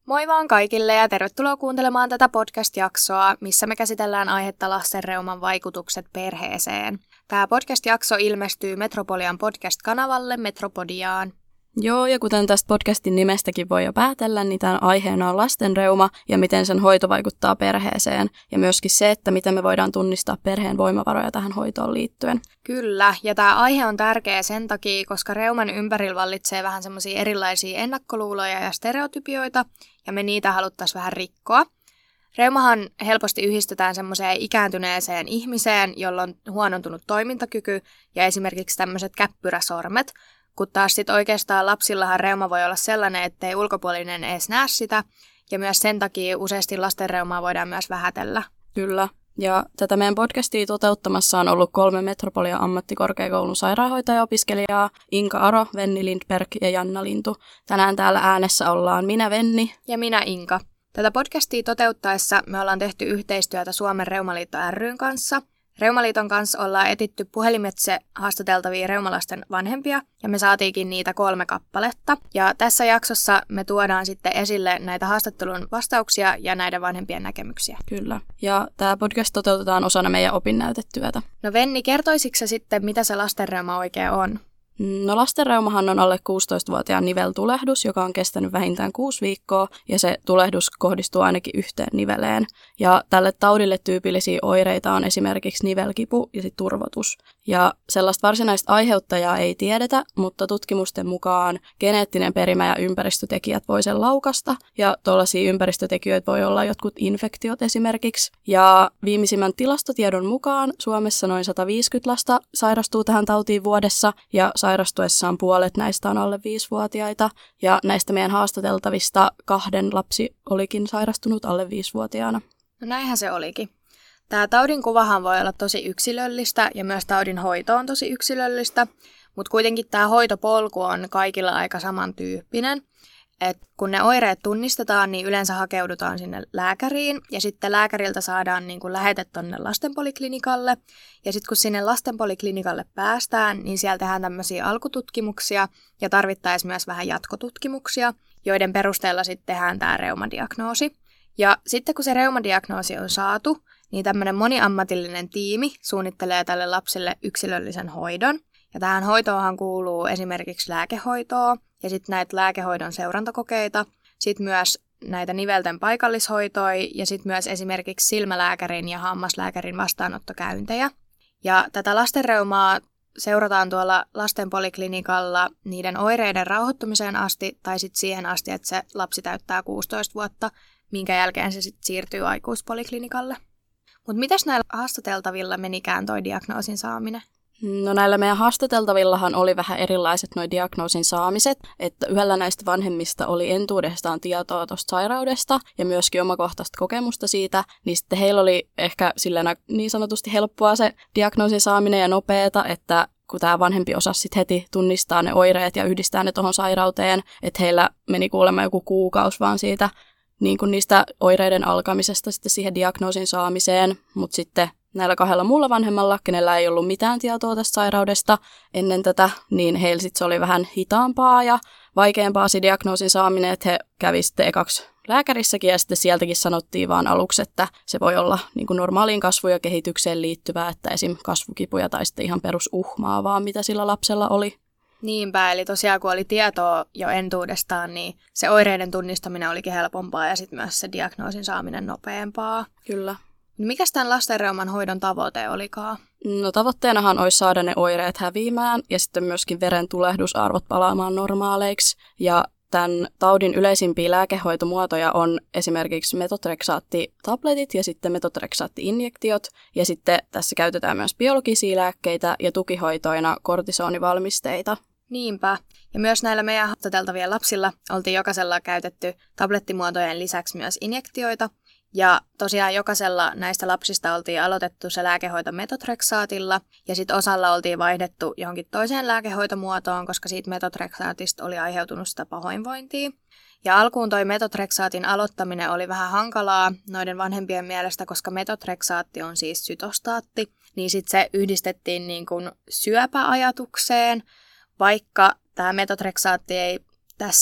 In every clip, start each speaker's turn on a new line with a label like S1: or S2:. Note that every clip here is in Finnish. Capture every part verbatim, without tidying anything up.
S1: Moi vaan kaikille ja tervetuloa kuuntelemaan tätä podcast-jaksoa, missä me käsitellään aihetta lastenreuman vaikutukset perheeseen. Tämä podcast-jakso ilmestyy Metropolian podcast-kanavalle Metropodiaan.
S2: Joo, ja kuten tästä podcastin nimestäkin voi jo päätellä, niin tämän aiheena on lastenreuma ja miten sen hoito vaikuttaa perheeseen. Ja myöskin se, että miten me voidaan tunnistaa perheen voimavaroja tähän hoitoon liittyen.
S1: Kyllä, ja tämä aihe on tärkeä sen takia, koska reuman ympärillä vallitsee vähän semmoisia erilaisia ennakkoluuloja ja stereotypioita, ja me niitä haluttaisiin vähän rikkoa. Reumahan helposti yhdistetään semmoiseen ikääntyneeseen ihmiseen, jolla on huonontunut toimintakyky ja esimerkiksi tämmöiset käppyräsormet, kun taas sit oikeastaan lapsillahan reuma voi olla sellainen, ettei ulkopuolinen edes näe sitä, ja myös sen takia useasti lastenreumaa voidaan myös vähätellä.
S2: Kyllä, ja tätä meidän podcastia toteuttamassa on ollut kolme Metropolian ammattikorkeakoulun sairaanhoitajaopiskelijaa, Inka Aro, Venni Lindberg ja Janna Lintu. Tänään täällä äänessä ollaan minä Venni.
S1: Ja minä Inka. Tätä podcastia toteuttaessa me ollaan tehty yhteistyötä Suomen Reumaliitto ry:n kanssa. Reumaliiton kanssa ollaan etitty puhelimitse haastateltavia reumalasten vanhempia, ja me saatiinkin niitä kolme kappaletta. Ja tässä jaksossa me tuodaan sitten esille näitä haastattelun vastauksia ja näiden vanhempien näkemyksiä.
S2: Kyllä. Ja tämä podcast toteutetaan osana meidän opinnäytetyötä.
S1: No Venni, kertoisitko sä sitten, mitä se lastenreuma oikein on?
S2: No lastenreumahan on alle kuusitoistavuotiaan niveltulehdus, joka on kestänyt vähintään kuusi viikkoa, ja se tulehdus kohdistuu ainakin yhteen niveleen. Ja tälle taudille tyypillisiä oireita on esimerkiksi nivelkipu ja sit turvotus. Ja sellaista varsinaista aiheuttajaa ei tiedetä, mutta tutkimusten mukaan geneettinen perimä ja ympäristötekijät voi sen laukasta, ja tuollaisia ympäristötekijöitä voi olla jotkut infektiot esimerkiksi. Ja viimeisimmän tilastotiedon mukaan Suomessa noin sata viisikymmentä lasta sairastuu tähän tautiin vuodessa, ja sairastuessaan puolet näistä on alle viisivuotiaita, ja näistä meidän haastateltavista kahden lapsi olikin sairastunut alle viisivuotiaana.
S1: No näinhän se olikin. Tämä taudin kuvahan voi olla tosi yksilöllistä ja myös taudin hoito on tosi yksilöllistä, mutta kuitenkin tämä hoitopolku on kaikilla aika samantyyppinen. Et kun ne oireet tunnistetaan, niin yleensä hakeudutaan sinne lääkäriin ja sitten lääkäriltä saadaan niin kuin lähete tonne lastenpoliklinikalle. Ja sitten kun sinne lastenpoliklinikalle päästään, niin siellä tehdään tämmöisiä alkututkimuksia ja tarvittaisiin myös vähän jatkotutkimuksia, joiden perusteella sitten tehdään tämä reumadiagnoosi. Ja sitten kun se reumadiagnoosi on saatu, niin tämmöinen moniammatillinen tiimi suunnittelee tälle lapselle yksilöllisen hoidon. Ja tähän hoitoonhan kuuluu esimerkiksi lääkehoitoa ja sitten näitä lääkehoidon seurantakokeita, sitten myös näitä nivelten paikallishoitoja ja sitten myös esimerkiksi silmälääkärin ja hammaslääkärin vastaanottokäyntejä. Ja tätä lastenreumaa seurataan tuolla lastenpoliklinikalla niiden oireiden rauhoittumiseen asti tai sitten siihen asti, että se lapsi täyttää kuusitoista vuotta, minkä jälkeen se sitten siirtyy aikuispoliklinikalle. Mutta mitäs näillä haastateltavilla menikään toi diagnoosin saaminen?
S2: No näillä meidän haastateltavillahan oli vähän erilaiset nuo diagnoosin saamiset, että yhdellä näistä vanhemmista oli entuudestaan tietoa tuosta sairaudesta ja myöskin omakohtaista kokemusta siitä, niin sitten heillä oli ehkä silleen niin sanotusti helppoa se diagnoosin saaminen ja nopeata, että kun tämä vanhempi osasi sitten heti tunnistaa ne oireet ja yhdistää ne tuohon sairauteen, että heillä meni kuulemma joku kuukausi vaan siitä niin kuin niistä oireiden alkamisesta sitten siihen diagnoosin saamiseen, mutta sitten näillä kahdella muulla vanhemmalla, kenellä ei ollut mitään tietoa tästä sairaudesta ennen tätä, niin heillä sitten se oli vähän hitaampaa ja vaikeampaa se diagnoosin saaminen, että he kävi sitten ekaksi lääkärissäkin ja sitten sieltäkin sanottiin vaan aluksi, että se voi olla niin kuin normaaliin kasvuun ja kehitykseen liittyvää, että esim. Kasvukipuja tai sitten ihan perusuhmaa vaan, mitä sillä lapsella oli.
S1: Niinpä, eli tosiaan kun oli tietoa jo entuudestaan, niin se oireiden tunnistaminen olikin helpompaa ja sitten myös se diagnoosin saaminen nopeampaa.
S2: Kyllä.
S1: Mikäs tämän lastenreuman hoidon tavoite olikaan?
S2: No tavoitteenahan olisi saada ne oireet häviämään ja sitten myöskin veren tulehdusarvot palaamaan normaaleiksi. Ja tämän taudin yleisimpiä lääkehoitomuotoja on esimerkiksi metotreksaattitabletit ja sitten metotreksaatti-injektiot. Ja sitten tässä käytetään myös biologisia lääkkeitä ja tukihoitoina kortisonivalmisteita.
S1: Niinpä. Ja myös näillä meidän haastateltavien lapsilla oltiin jokaisella käytetty tablettimuotojen lisäksi myös injektioita. Ja tosiaan jokaisella näistä lapsista oltiin aloitettu se lääkehoito metotreksaatilla ja sitten osalla oltiin vaihdettu johonkin toiseen lääkehoitomuotoon, koska siitä metotreksaatista oli aiheutunut sitä pahoinvointia. Ja alkuun toi metotreksaatin aloittaminen oli vähän hankalaa noiden vanhempien mielestä, koska metotreksaatti on siis sytostaatti, niin sitten se yhdistettiin niin kuin syöpäajatukseen, vaikka tämä metotreksaatti ei tässä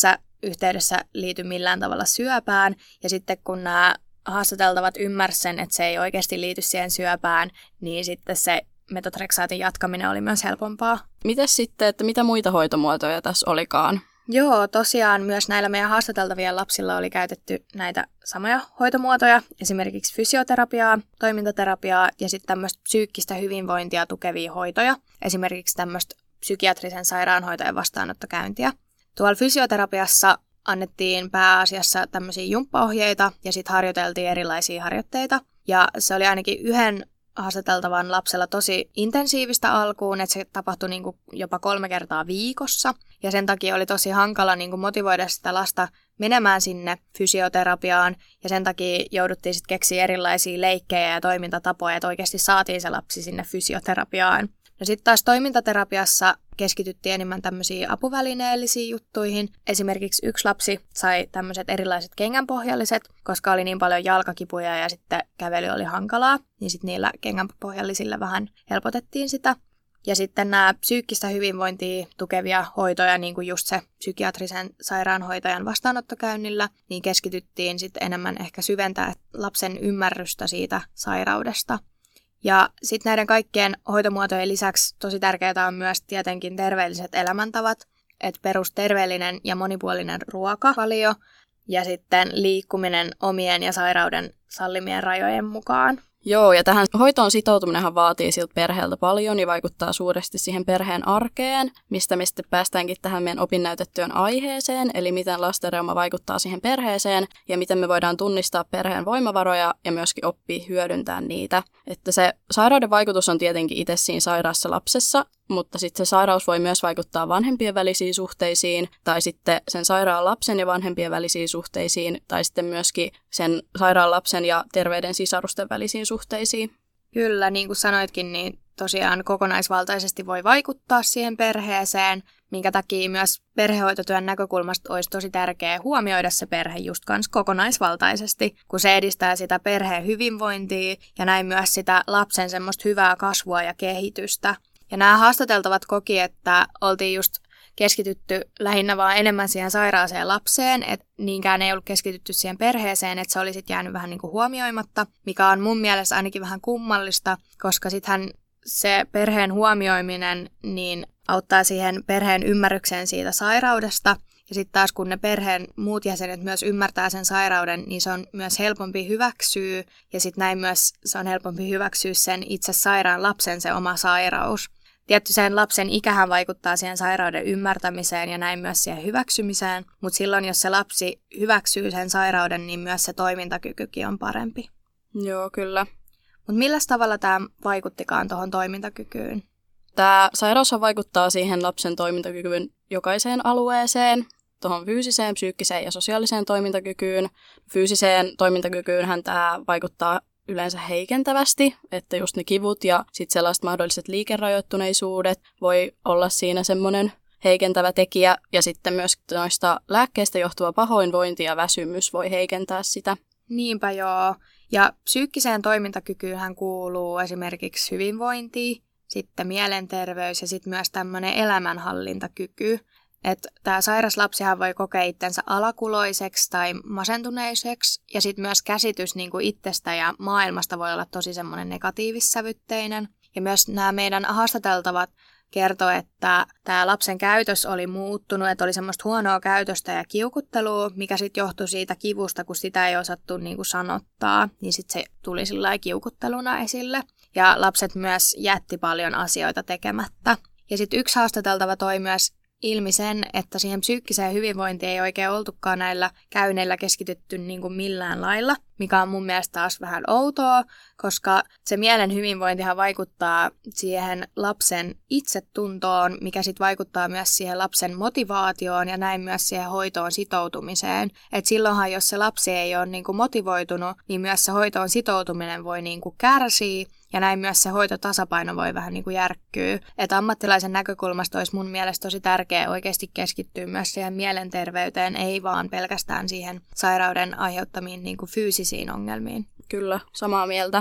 S1: yhteydessä liity millään tavalla syöpään. Ja sitten kun nämä haastateltavat ymmärsivät sen, että se ei oikeasti liity siihen syöpään, niin sitten se metotreksaatin jatkaminen oli myös helpompaa.
S2: Mites sitten, että mitä muita hoitomuotoja tässä olikaan?
S1: Joo, tosiaan myös näillä meidän haastateltavien lapsilla oli käytetty näitä samoja hoitomuotoja, esimerkiksi fysioterapiaa, toimintaterapiaa ja sitten tämmöistä psyykkistä hyvinvointia tukevia hoitoja, esimerkiksi tämmöistä psykiatrisen sairaanhoitajan vastaanottokäyntiä. Tuolla fysioterapiassa annettiin pääasiassa tämmöisiä jumppaohjeita ja sitten harjoiteltiin erilaisia harjoitteita. Ja se oli ainakin yhden haastateltavan lapsella tosi intensiivistä alkuun, että se tapahtui niin kuin jopa kolme kertaa viikossa. Ja sen takia oli tosi hankala niin kuin motivoida sitä lasta menemään sinne fysioterapiaan. Ja sen takia jouduttiin sitten keksiä erilaisia leikkejä ja toimintatapoja, että oikeasti saatiin se lapsi sinne fysioterapiaan. No sitten taas toimintaterapiassa keskityttiin enemmän tämmöisiin apuvälineellisiin juttuihin. Esimerkiksi yksi lapsi sai tämmöiset erilaiset kengänpohjalliset, koska oli niin paljon jalkakipuja ja sitten kävely oli hankalaa, niin sitten niillä kengänpohjallisilla vähän helpotettiin sitä. Ja sitten nämä psyykkistä hyvinvointia tukevia hoitoja, niin kuin just se psykiatrisen sairaanhoitajan vastaanottokäynnillä, niin keskityttiin sitten enemmän ehkä syventää lapsen ymmärrystä siitä sairaudesta. Ja sitten näiden kaikkien hoitomuotojen lisäksi tosi tärkeää on myös tietenkin terveelliset elämäntavat, että perusterveellinen ja monipuolinen ruokavalio ja sitten liikkuminen omien ja sairauden sallimien rajojen mukaan.
S2: Joo, ja tähän hoitoon sitoutuminenhan vaatii siltä perheeltä paljon ja vaikuttaa suuresti siihen perheen arkeen, mistä me sitten päästäänkin tähän meidän opinnäytetyön aiheeseen, eli miten lastenreuma vaikuttaa siihen perheeseen ja miten me voidaan tunnistaa perheen voimavaroja ja myöskin oppia hyödyntää niitä. Että se sairauden vaikutus on tietenkin itse siinä sairaassa lapsessa, mutta sitten se sairaus voi myös vaikuttaa vanhempien välisiin suhteisiin tai sitten sen sairaan lapsen ja vanhempien välisiin suhteisiin tai sitten myöskin sen sairaan lapsen ja terveiden sisarusten välisiin suhteisiin.
S1: Kyllä, niin kuin sanoitkin, niin tosiaan kokonaisvaltaisesti voi vaikuttaa siihen perheeseen, minkä takia myös perhehoitotyön näkökulmasta olisi tosi tärkeää huomioida se perhe just kans kokonaisvaltaisesti, kun se edistää sitä perheen hyvinvointia ja näin myös sitä lapsen semmoista hyvää kasvua ja kehitystä. Ja nämä haastateltavat koki, että oltiin just keskitytty lähinnä vaan enemmän siihen sairaaseen lapseen, että niinkään ei ollut keskitytty siihen perheeseen, että se oli sitten jäänyt vähän niin kuin huomioimatta, mikä on mun mielestä ainakin vähän kummallista, koska sittenhän se perheen huomioiminen niin auttaa siihen perheen ymmärrykseen siitä sairaudesta. Ja sitten taas kun ne perheen muut jäsenet myös ymmärtää sen sairauden, niin se on myös helpompi hyväksyä ja sitten näin myös se on helpompi hyväksyä sen itse sairaan lapsen se oma sairaus. Tietty sen lapsen ikähän vaikuttaa siihen sairauden ymmärtämiseen ja näin myös siihen hyväksymiseen, mutta silloin jos se lapsi hyväksyy sen sairauden, niin myös se toimintakykykin on parempi.
S2: Joo, kyllä.
S1: Mutta millä tavalla tämä vaikuttikaan tuohon toimintakykyyn?
S2: Tämä sairaus vaikuttaa siihen lapsen toimintakykyyn jokaiseen alueeseen, tuohon fyysiseen, psyykkiseen ja sosiaaliseen toimintakykyyn. Fyysiseen toimintakykyynhän tämä vaikuttaa yleensä heikentävästi, että just ne kivut ja sitten sellaiset mahdolliset liikerajoittuneisuudet voi olla siinä semmoinen heikentävä tekijä. Ja sitten myös noista lääkkeistä johtuva pahoinvointi ja väsymys voi heikentää sitä.
S1: Niinpä joo. Ja psyykkiseen toimintakykyynhän kuuluu esimerkiksi hyvinvointi, sitten mielenterveys ja sitten myös tämmöinen elämänhallintakyky. Että tämä sairas lapsihan voi kokea itsensä alakuloiseksi tai masentuneiseksi ja sitten myös käsitys niin kuin itsestä ja maailmasta voi olla tosi semmoinen negatiivissävytteinen. Ja myös nämä meidän haastateltavat kertoo, että tämä lapsen käytös oli muuttunut, että oli semmoista huonoa käytöstä ja kiukuttelua, mikä sitten johtui siitä kivusta, kun sitä ei osattu niin kuin sanottaa, niin sitten se tuli sillä lailla kiukutteluna esille. Ja lapset myös jätti paljon asioita tekemättä. Ja sitten yksi haastateltava toi myös ilmi sen, että siihen psyykkiseen hyvinvointiin ei oikein oltukaan näillä käynneillä keskitytty niin kuin millään lailla, mikä on mun mielestä taas vähän outoa, koska se mielen hyvinvointihan vaikuttaa siihen lapsen itsetuntoon, mikä sitten vaikuttaa myös siihen lapsen motivaatioon ja näin myös siihen hoitoon sitoutumiseen. Et silloinhan, jos se lapsi ei ole niin kuin motivoitunut, niin myös se hoitoon sitoutuminen voi niin kuin kärsiä. Ja näin myös se hoitotasapaino voi vähän niin kuin järkkyä. Että ammattilaisen näkökulmasta olisi mun mielestä tosi tärkeää oikeasti keskittyä myös siihen mielenterveyteen, ei vaan pelkästään siihen sairauden aiheuttamiin niin kuin fyysisiin ongelmiin.
S2: Kyllä, samaa mieltä.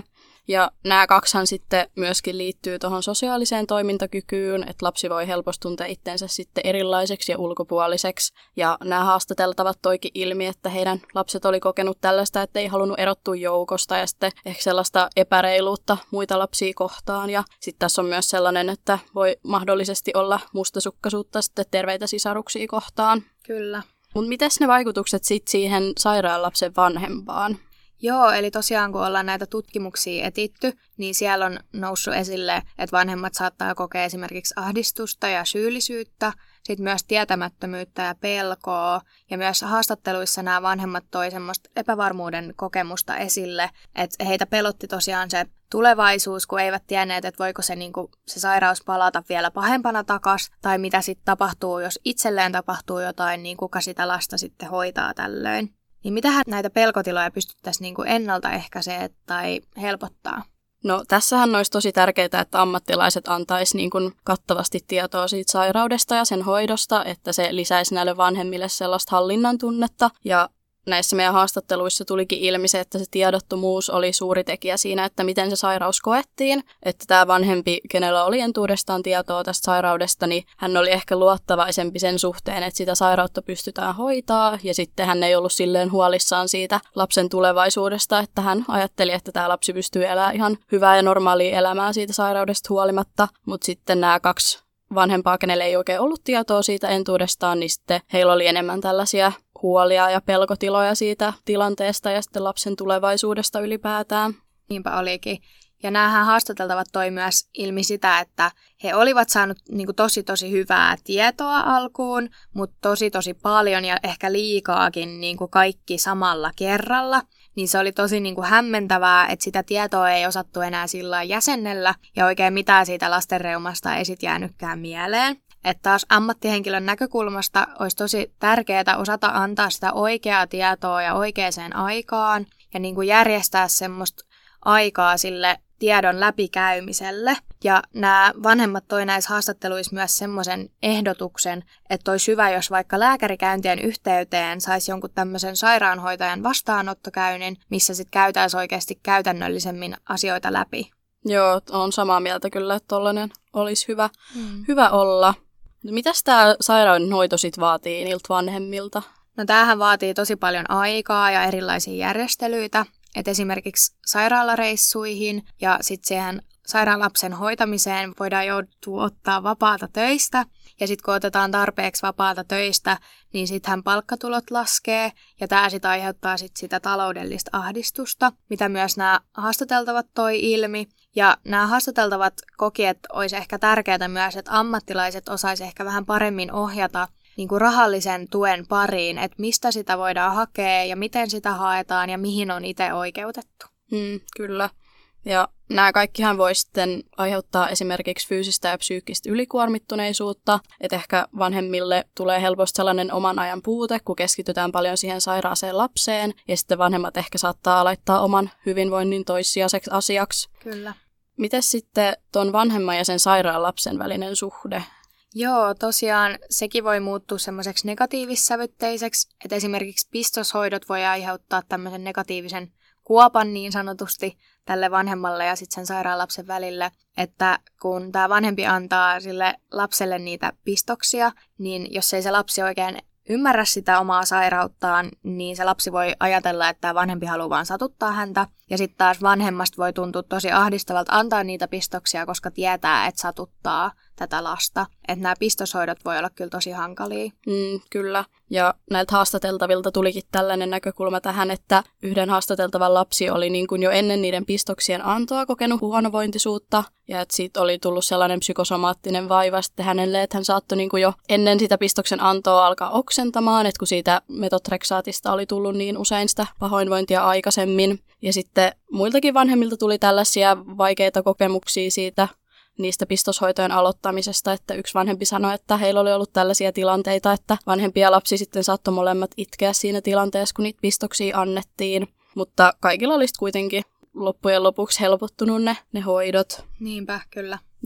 S2: Ja nämä kaksihan sitten myöskin liittyy tuohon sosiaaliseen toimintakykyyn, että lapsi voi helposti tuntea itsensä sitten erilaiseksi ja ulkopuoliseksi. Ja nämä haastateltavat toikin ilmi, että heidän lapset oli kokenut tällaista, että ei halunnut erottua joukosta ja sitten ehkä sellaista epäreiluutta muita lapsia kohtaan. Ja sitten tässä on myös sellainen, että voi mahdollisesti olla mustasukkaisuutta sitten terveitä sisaruksia kohtaan.
S1: Kyllä.
S2: Mutta mitäs ne vaikutukset sitten siihen sairaan lapsen vanhempaan?
S1: Joo, eli tosiaan kun ollaan näitä tutkimuksia etitty, niin siellä on noussut esille, että vanhemmat saattaa kokea esimerkiksi ahdistusta ja syyllisyyttä, sitten myös tietämättömyyttä ja pelkoa, ja myös haastatteluissa nämä vanhemmat toi semmoista epävarmuuden kokemusta esille, että heitä pelotti tosiaan se tulevaisuus, kun eivät tienneet, että voiko se, niin kuin, se sairaus palata vielä pahempana takaisin, tai mitä sitten tapahtuu, jos itselleen tapahtuu jotain, niin kuka sitä lasta sitten hoitaa tällöin. Niin mitähän näitä pelkotiloja pystyttäisiin niin kuin ennaltaehkäisemään tai helpottaa?
S2: No tässähän olisi tosi tärkeää, että ammattilaiset antaisi niin kuin kattavasti tietoa siitä sairaudesta ja sen hoidosta, että se lisäisi näille vanhemmille sellaista hallinnan tunnetta. Ja näissä meidän haastatteluissa tulikin ilmi se, että se tiedottomuus oli suuri tekijä siinä, että miten se sairaus koettiin. Että tämä vanhempi, kenellä oli entuudestaan tietoa tästä sairaudesta, niin hän oli ehkä luottavaisempi sen suhteen, että sitä sairautta pystytään hoitaa. Ja sitten hän ei ollut silleen huolissaan siitä lapsen tulevaisuudesta, että hän ajatteli, että tämä lapsi pystyy elämään ihan hyvää ja normaalia elämää siitä sairaudesta huolimatta. Mutta sitten nämä kaksi vanhempaa, kenelle ei oikein ollut tietoa siitä entuudestaan, niin sitten heillä oli enemmän tällaisia huolia ja pelkotiloja siitä tilanteesta ja sitten lapsen tulevaisuudesta ylipäätään.
S1: Niinpä olikin. Ja näähän haastateltavat toi myös ilmi sitä, että he olivat saanut niin kuin tosi tosi hyvää tietoa alkuun, mutta tosi tosi paljon ja ehkä liikaakin niin kuin kaikki samalla kerralla. Niin se oli tosi niin kuin hämmentävää, että sitä tietoa ei osattu enää sillä jäsennellä ja oikein mitään siitä lastenreumasta ei sit jäänytkään mieleen. Että taas ammattihenkilön näkökulmasta olisi tosi tärkeää osata antaa sitä oikeaa tietoa ja oikeaan aikaan ja niin kuin järjestää semmoista aikaa sille tiedon läpikäymiselle. Ja nämä vanhemmat toi näissä haastatteluissa myös semmoisen ehdotuksen, että olisi hyvä, jos vaikka lääkärikäyntien yhteyteen saisi jonkun tämmöisen sairaanhoitajan vastaanottokäynnin, missä sitten käytäisiin oikeasti käytännöllisemmin asioita läpi.
S2: Joo, on samaa mieltä kyllä, että tollainen olisi hyvä, hmm. hyvä olla. Mitäs tämä sairaanhoito sitten vaatii niiltä vanhemmilta?
S1: No tämähän vaatii tosi paljon aikaa ja erilaisia järjestelyitä. Et esimerkiksi sairaalareissuihin ja sitten siihen sairaalapsen hoitamiseen voidaan joutua ottaa vapaata töistä. Ja sitten kun otetaan tarpeeksi vapaata töistä, niin sittenhän palkkatulot laskee ja tämä sitten aiheuttaa sit sitä taloudellista ahdistusta, mitä myös nämä haastateltavat toi ilmi. Ja nämä haastateltavat koki, että olisi ehkä tärkeää myös, että ammattilaiset osaisivat ehkä vähän paremmin ohjata niin kuin rahallisen tuen pariin, että mistä sitä voidaan hakea ja miten sitä haetaan ja mihin on itse oikeutettu.
S2: Hmm, kyllä. Ja nämä kaikkihan voi sitten aiheuttaa esimerkiksi fyysistä ja psyykkistä ylikuormittuneisuutta, että ehkä vanhemmille tulee helposti sellainen oman ajan puute, kun keskitytään paljon siihen sairaaseen lapseen, ja sitten vanhemmat ehkä saattaa laittaa oman hyvinvoinnin toissijaiseksi asiaksi.
S1: Kyllä.
S2: Miten sitten tuon vanhemman ja sen sairaan lapsen välinen suhde?
S1: Joo, tosiaan sekin voi muuttua semmoiseksi negatiivissävytteiseksi, että esimerkiksi pistoshoidot voi aiheuttaa tämmöisen negatiivisen kuopan niin sanotusti tälle vanhemmalle ja sitten sen sairaan lapsen välille, että kun tämä vanhempi antaa sille lapselle niitä pistoksia, niin jos ei se lapsi oikein ymmärrä sitä omaa sairauttaan, niin se lapsi voi ajatella, että tämä vanhempi haluaa vaan satuttaa häntä. Ja sitten taas vanhemmasta voi tuntua tosi ahdistavalta antaa niitä pistoksia, koska tietää, että satuttaa tätä lasta. Että nämä pistoshoidot voi olla kyllä tosi hankalia.
S2: Mm, kyllä. Ja näiltä haastateltavilta tulikin tällainen näkökulma tähän, että yhden haastateltavan lapsi oli niin kuin jo ennen niiden pistoksien antoa kokenut huonovointisuutta. Ja että siitä oli tullut sellainen psykosomaattinen vaiva sitten hänelle, että hän saattoi niin kuin jo ennen sitä pistoksen antoa alkaa oksentamaan, että kun siitä metotreksaatista oli tullut niin usein sitä pahoinvointia aikaisemmin. Ja sitten muiltakin vanhemmilta tuli tällaisia vaikeita kokemuksia siitä niistä pistoshoitojen aloittamisesta, että yksi vanhempi sanoi, että heillä oli ollut tällaisia tilanteita, että vanhempi ja lapsi sitten saattoi molemmat itkeä siinä tilanteessa, kun niitä pistoksia annettiin. Mutta kaikilla olisi kuitenkin loppujen lopuksi helpottunut ne, ne hoidot.
S1: Niinpä, kyllä.
S2: Ja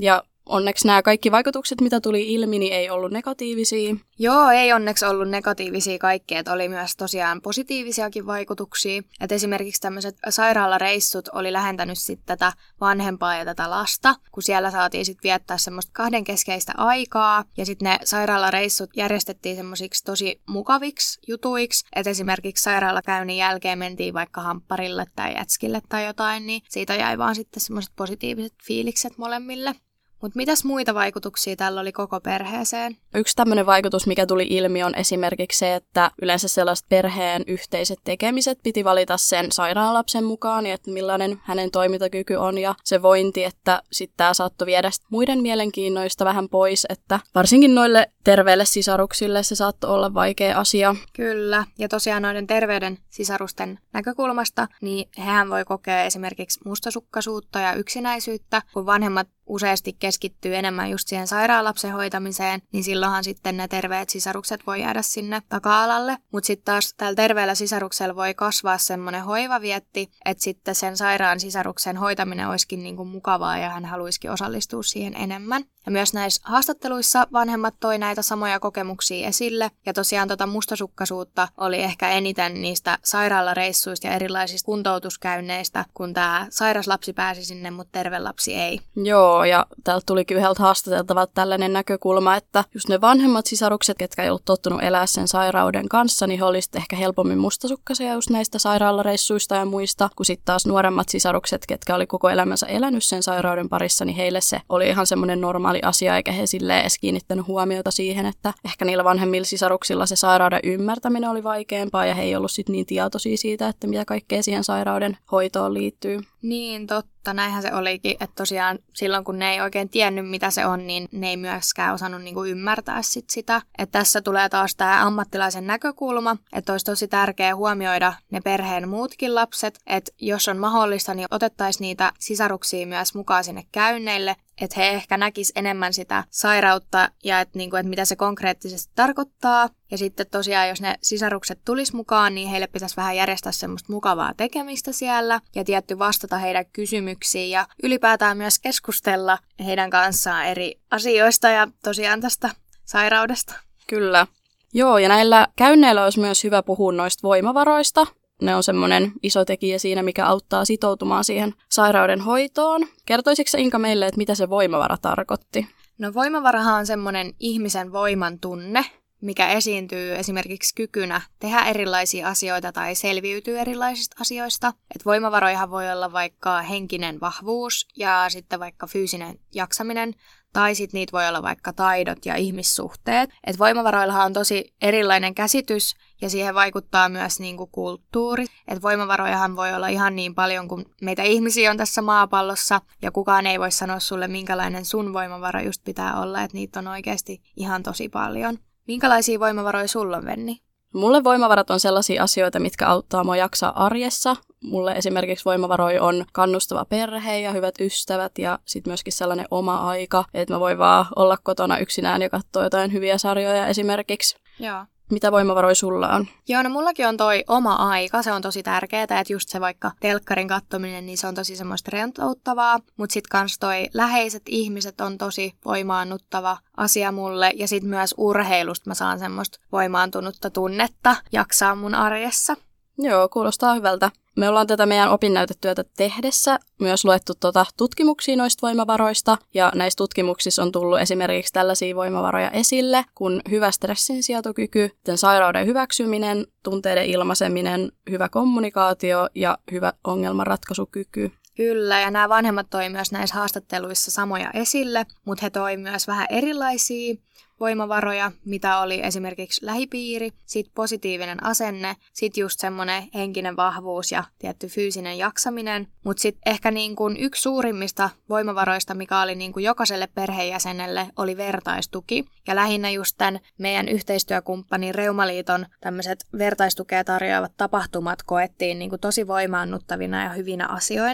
S2: onneksi nämä kaikki vaikutukset, mitä tuli ilmi, niin ei ollut negatiivisia.
S1: Joo, ei onneksi ollut negatiivisia kaikkea, että oli myös tosiaan positiivisiakin vaikutuksia. Et esimerkiksi tämmöiset sairaalareissut oli lähentänyt sitten tätä vanhempaa ja tätä lasta, kun siellä saatiin sitten viettää semmoista kahdenkeskeistä aikaa. Ja sitten ne sairaalareissut järjestettiin semmoisiksi tosi mukaviksi jutuiksi, että esimerkiksi sairaalakäynnin jälkeen mentiin vaikka hampparille tai jätskille tai jotain, niin siitä jäi vaan sitten semmoiset positiiviset fiilikset molemmille. Mutta mitäs muita vaikutuksia tällä oli koko perheeseen?
S2: Yksi tämmöinen vaikutus, mikä tuli ilmi, on esimerkiksi se, että yleensä sellaiset perheen yhteiset tekemiset piti valita sen sairaalapsen mukaan, ja että millainen hänen toimintakyky on ja se vointi, että sitten tämä saattoi viedä muiden mielenkiinnoista vähän pois, että varsinkin noille terveille sisaruksille se saattoi olla vaikea asia.
S1: Kyllä, ja tosiaan noiden terveyden sisarusten näkökulmasta, niin hehän voi kokea esimerkiksi mustasukkaisuutta ja yksinäisyyttä, kun vanhemmat useasti keskittyy enemmän just siihen sairaalapsen hoitamiseen, niin silloinhan sitten ne terveet sisarukset voi jäädä sinne taka-alalle. Mutta sitten taas tällä terveellä sisaruksella voi kasvaa semmoinen hoivavietti, että sitten sen sairaan sisaruksen hoitaminen olisikin niinku mukavaa ja hän haluaisikin osallistua siihen enemmän. Ja myös näissä haastatteluissa vanhemmat toi näitä samoja kokemuksia esille. Ja tosiaan tota mustasukkaisuutta oli ehkä eniten niistä sairaalareissuista ja erilaisista kuntoutuskäynneistä, kun tämä sairas lapsi pääsi sinne, mutta terve lapsi ei.
S2: Joo, ja täältä tulikin yhdeltä haastateltavalta tällainen näkökulma, että just ne vanhemmat sisarukset, ketkä ei ollut tottunut elää sen sairauden kanssa, niin he olisivat ehkä helpommin mustasukkaisia just näistä sairaalareissuista ja muista, kun sitten taas nuoremmat sisarukset, ketkä oli koko elämänsä elänyt sen sairauden parissa, niin heille se oli ihan semmoinen normaali asia, eikä he silleen edes kiinnittänyt huomiota siihen, että ehkä niillä vanhemmilla sisaruksilla se sairauden ymmärtäminen oli vaikeampaa ja he ei ollut sit niin tietoisia siitä, että mitä kaikkea siihen sairauden hoitoon liittyy.
S1: Niin, totta. Näinhän se olikin, että tosiaan silloin kun ne ei oikein tiennyt mitä se on, niin ne ei myöskään osannut niinku ymmärtää sit sitä. Että tässä tulee taas tämä ammattilaisen näkökulma, että olisi tosi tärkeää huomioida ne perheen muutkin lapset, että jos on mahdollista, niin otettaisiin niitä sisaruksia myös mukaan sinne käynneille, että he ehkä näkis enemmän sitä sairautta ja että niinku, et mitä se konkreettisesti tarkoittaa. Ja sitten tosiaan, jos ne sisarukset tulis mukaan, niin heille pitäisi vähän järjestää semmoista mukavaa tekemistä siellä ja tietty vastata heidän kysymyksiin ja ylipäätään myös keskustella heidän kanssaan eri asioista ja tosiaan tästä sairaudesta.
S2: Kyllä. Joo, ja näillä käynneillä olisi myös hyvä puhua noista voimavaroista. Ne on semmoinen iso tekijä siinä, mikä auttaa sitoutumaan siihen sairauden hoitoon. Kertoisitko sä, Inka, meille, että mitä se voimavara tarkoitti?
S1: No voimavarahan on semmoinen ihmisen voiman tunne, mikä esiintyy esimerkiksi kykynä tehdä erilaisia asioita tai selviytyy erilaisista asioista. Et voimavarojahan voi olla vaikka henkinen vahvuus ja sitten vaikka fyysinen jaksaminen, tai sitten niitä voi olla vaikka taidot ja ihmissuhteet. Et voimavaroillahan on tosi erilainen käsitys ja siihen vaikuttaa myös niinku kulttuuri. Et voimavarojahan voi olla ihan niin paljon kuin meitä ihmisiä on tässä maapallossa ja kukaan ei voi sanoa sulle minkälainen sun voimavara just pitää olla, että niitä on oikeasti ihan tosi paljon. Minkälaisia voimavaroja sulla on, Venni?
S2: Mulle voimavarat on sellaisia asioita, mitkä auttaa mua jaksaa arjessa. Mulle esimerkiksi voimavaroja on kannustava perhe ja hyvät ystävät ja sitten myöskin sellainen oma aika, että mä voin vaan olla kotona yksinään ja katsoa jotain hyviä sarjoja esimerkiksi.
S1: Joo.
S2: Mitä voimavaroja sulla on?
S1: Joo, no mullakin on toi oma aika, se on tosi tärkeää, että just se vaikka telkkarin katsominen, niin se on tosi semmoista rentouttavaa, mutta sitten kans toi läheiset ihmiset on tosi voimaannuttava asia mulle, ja sitten myös urheilusta mä saan semmoista voimaantunutta tunnetta jaksaa mun arjessa.
S2: Joo, kuulostaa hyvältä. Me ollaan tätä meidän opinnäytetyötä tehdessä myös luettu tuota tutkimuksia noista voimavaroista, ja näissä tutkimuksissa on tullut esimerkiksi tällaisia voimavaroja esille, kun hyvä stressinsietokyky, sairauden hyväksyminen, tunteiden ilmaiseminen, hyvä kommunikaatio ja hyvä ongelmanratkaisukyky.
S1: Kyllä, ja nämä vanhemmat toi myös näissä haastatteluissa samoja esille, mutta he toi myös vähän erilaisia voimavaroja, mitä oli esimerkiksi lähipiiri, sitten positiivinen asenne, sitten just semmoinen henkinen vahvuus ja tietty fyysinen jaksaminen. Mutta sitten ehkä niin kuin yksi suurimmista voimavaroista, mikä oli niin kuin jokaiselle perheenjäsenelle, oli vertaistuki. Ja lähinnä just tämän meidän yhteistyökumppanin Reumaliiton tämmöiset vertaistukea tarjoavat tapahtumat koettiin niin kuin tosi voimaannuttavina ja hyvinä asioina.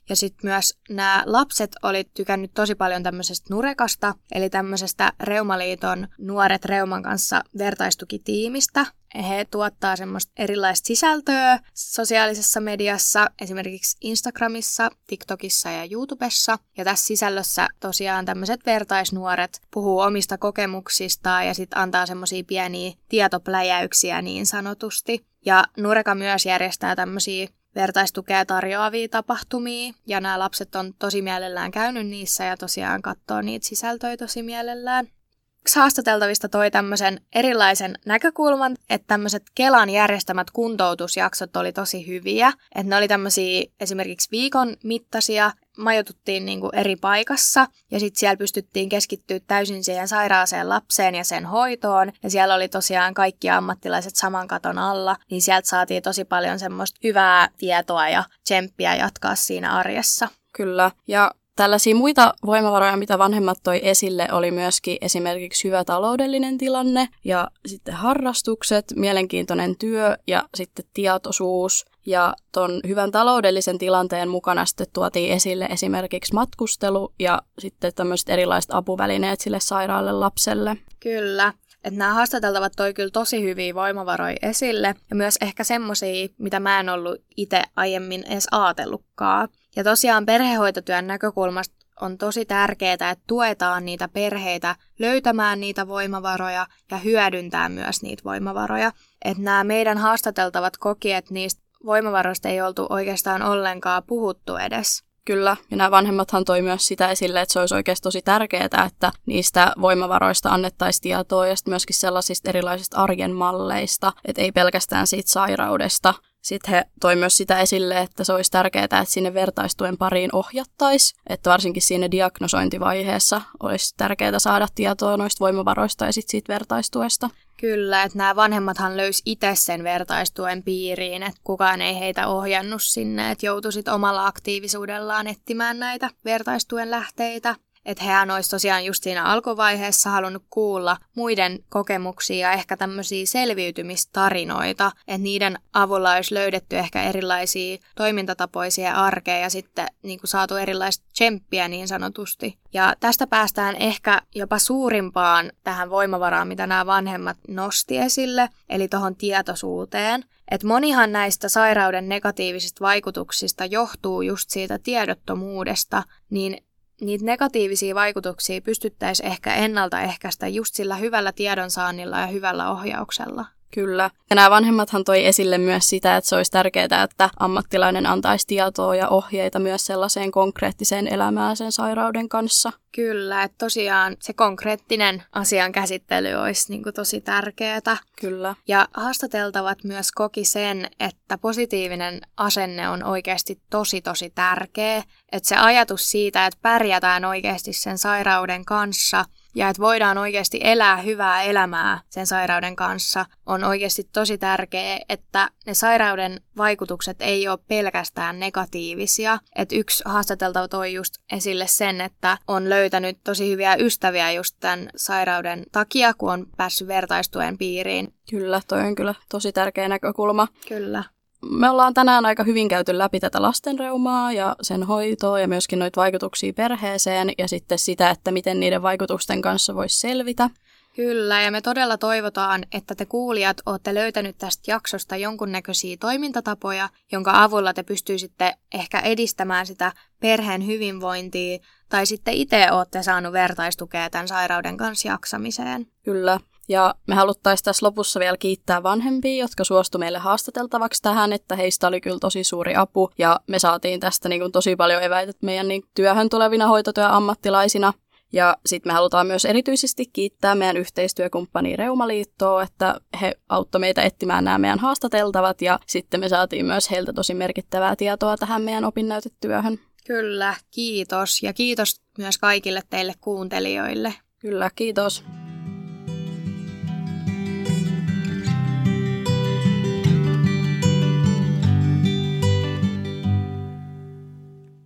S1: Ja sitten myös nämä lapset oli tykännyt tosi paljon tämmöisestä Nurekasta, eli tämmöisestä Reumaliiton Nuoret Reuman kanssa vertaistukitiimistä. He tuottaa semmoista erilaista sisältöä sosiaalisessa mediassa, esimerkiksi Instagramissa, TikTokissa ja YouTubessa. Ja tässä sisällössä tosiaan tämmöiset vertaisnuoret puhuu omista kokemuksistaan ja sitten antaa semmoisia pieniä tietopläjäyksiä niin sanotusti. Ja Nureka myös järjestää tämmöisiä vertaistukea tarjoavia tapahtumia, ja nämä lapset on tosi mielellään käynyt niissä ja tosiaan katsoo niitä sisältöjä tosi mielellään. Yksi haastateltavista toi tämmöisen erilaisen näkökulman, että tämmöiset Kelan järjestämät kuntoutusjaksot oli tosi hyviä. Että ne oli tämmöisiä esimerkiksi viikon mittaisia, majoituttiin niinku eri paikassa ja sitten siellä pystyttiin keskittyä täysin siihen sairaaseen lapseen ja sen hoitoon. Ja siellä oli tosiaan kaikki ammattilaiset saman katon alla, niin sieltä saatiin tosi paljon semmoista hyvää tietoa ja tsemppiä jatkaa siinä arjessa.
S2: Kyllä, ja tällaisia muita voimavaroja, mitä vanhemmat toi esille, oli myöskin esimerkiksi hyvä taloudellinen tilanne ja sitten harrastukset, mielenkiintoinen työ ja sitten tietoisuus. Ja ton hyvän taloudellisen tilanteen mukana sitten tuotiin esille esimerkiksi matkustelu ja sitten tämmöiset erilaiset apuvälineet sille sairaalle lapselle.
S1: Kyllä. Että nämä haastateltavat toi kyllä tosi hyviä voimavaroja esille ja myös ehkä semmoisia, mitä mä en ollut itse aiemmin edes ajatellutkaan. Ja tosiaan perhehoitotyön näkökulmasta on tosi tärkeää, että tuetaan niitä perheitä löytämään niitä voimavaroja ja hyödyntää myös niitä voimavaroja. Että nämä meidän haastateltavat koki, että niistä voimavaroista ei oltu oikeastaan ollenkaan puhuttu edes.
S2: Kyllä, ja nämä vanhemmathan toi myös sitä esille, että se olisi oikeasti tosi tärkeää, että niistä voimavaroista annettaisiin tietoa ja sitten myöskin sellaisista erilaisista arjen malleista, että ei pelkästään siitä sairaudesta. Sitten he toi myös sitä esille, että se olisi tärkeää, että sinne vertaistuen pariin ohjattaisiin, että varsinkin siinä diagnosointivaiheessa olisi tärkeää saada tietoa noista voimavaroista ja sitten siitä vertaistuesta.
S1: Kyllä, että nämä vanhemmathan löysi itse sen vertaistuen piiriin, että kukaan ei heitä ohjannut sinne, että joutuisit omalla aktiivisuudellaan etsimään näitä vertaistuen lähteitä. Että hehän olisi tosiaan just siinä alkuvaiheessa halunnut kuulla muiden kokemuksia ja ehkä tämmöisiä selviytymistarinoita, että niiden avulla olisi löydetty ehkä erilaisia toimintatapoisia arkea ja sitten niin kuin saatu erilaista tsemppiä niin sanotusti. Ja tästä päästään ehkä jopa suurimpaan tähän voimavaraan, mitä nämä vanhemmat nosti esille, eli tuohon tietoisuuteen. Että monihan näistä sairauden negatiivisista vaikutuksista johtuu just siitä tiedottomuudesta, niin niitä negatiivisia vaikutuksia pystyttäisiin ehkä ennaltaehkäistä just sillä hyvällä tiedonsaannilla ja hyvällä ohjauksella.
S2: Kyllä. Ja nämä vanhemmathan toi esille myös sitä, että se olisi tärkeää, että ammattilainen antaisi tietoa ja ohjeita myös sellaiseen konkreettiseen elämään sen sairauden kanssa.
S1: Kyllä, että tosiaan se konkreettinen asian käsittely olisi niin kuin tosi tärkeää.
S2: Kyllä.
S1: Ja haastateltavat myös koki sen, että positiivinen asenne on oikeasti tosi tosi tärkeä. Että se ajatus siitä, että pärjätään oikeasti sen sairauden kanssa ja että voidaan oikeasti elää hyvää elämää sen sairauden kanssa, on oikeasti tosi tärkeää, että ne sairauden vaikutukset ei ole pelkästään negatiivisia. Että yksi haastateltava toi just esille sen, että on löytänyt tosi hyviä ystäviä just tämän sairauden takia, kun on päässyt vertaistuen piiriin.
S2: Kyllä, toi on kyllä tosi tärkeä näkökulma.
S1: Kyllä.
S2: Me ollaan tänään aika hyvin käyty läpi tätä lastenreumaa ja sen hoitoa ja myöskin noita vaikutuksia perheeseen ja sitten sitä, että miten niiden vaikutusten kanssa voisi selvitä.
S1: Kyllä, ja me todella toivotaan, että te kuulijat olette löytänyt tästä jaksosta jonkunnäköisiä toimintatapoja, jonka avulla te pystyisitte ehkä edistämään sitä perheen hyvinvointia, tai sitten itse olette saanut vertaistukea tämän sairauden kanssa jaksamiseen.
S2: Kyllä, ja me haluttaisiin tässä lopussa vielä kiittää vanhempia, jotka suostu meille haastateltavaksi tähän, että heistä oli kyllä tosi suuri apu, ja me saatiin tästä niin kuin tosi paljon eväitä meidän niin työhön tulevina hoitotyöammattilaisina. Ja sitten me halutaan myös erityisesti kiittää meidän yhteistyökumppania Reumaliittoa, että he auttoi meitä etsimään nämä meidän haastateltavat ja sitten me saatiin myös heiltä tosi merkittävää tietoa tähän meidän opinnäytetyöhön.
S1: Kyllä, kiitos ja kiitos myös kaikille teille kuuntelijoille.
S2: Kyllä, kiitos.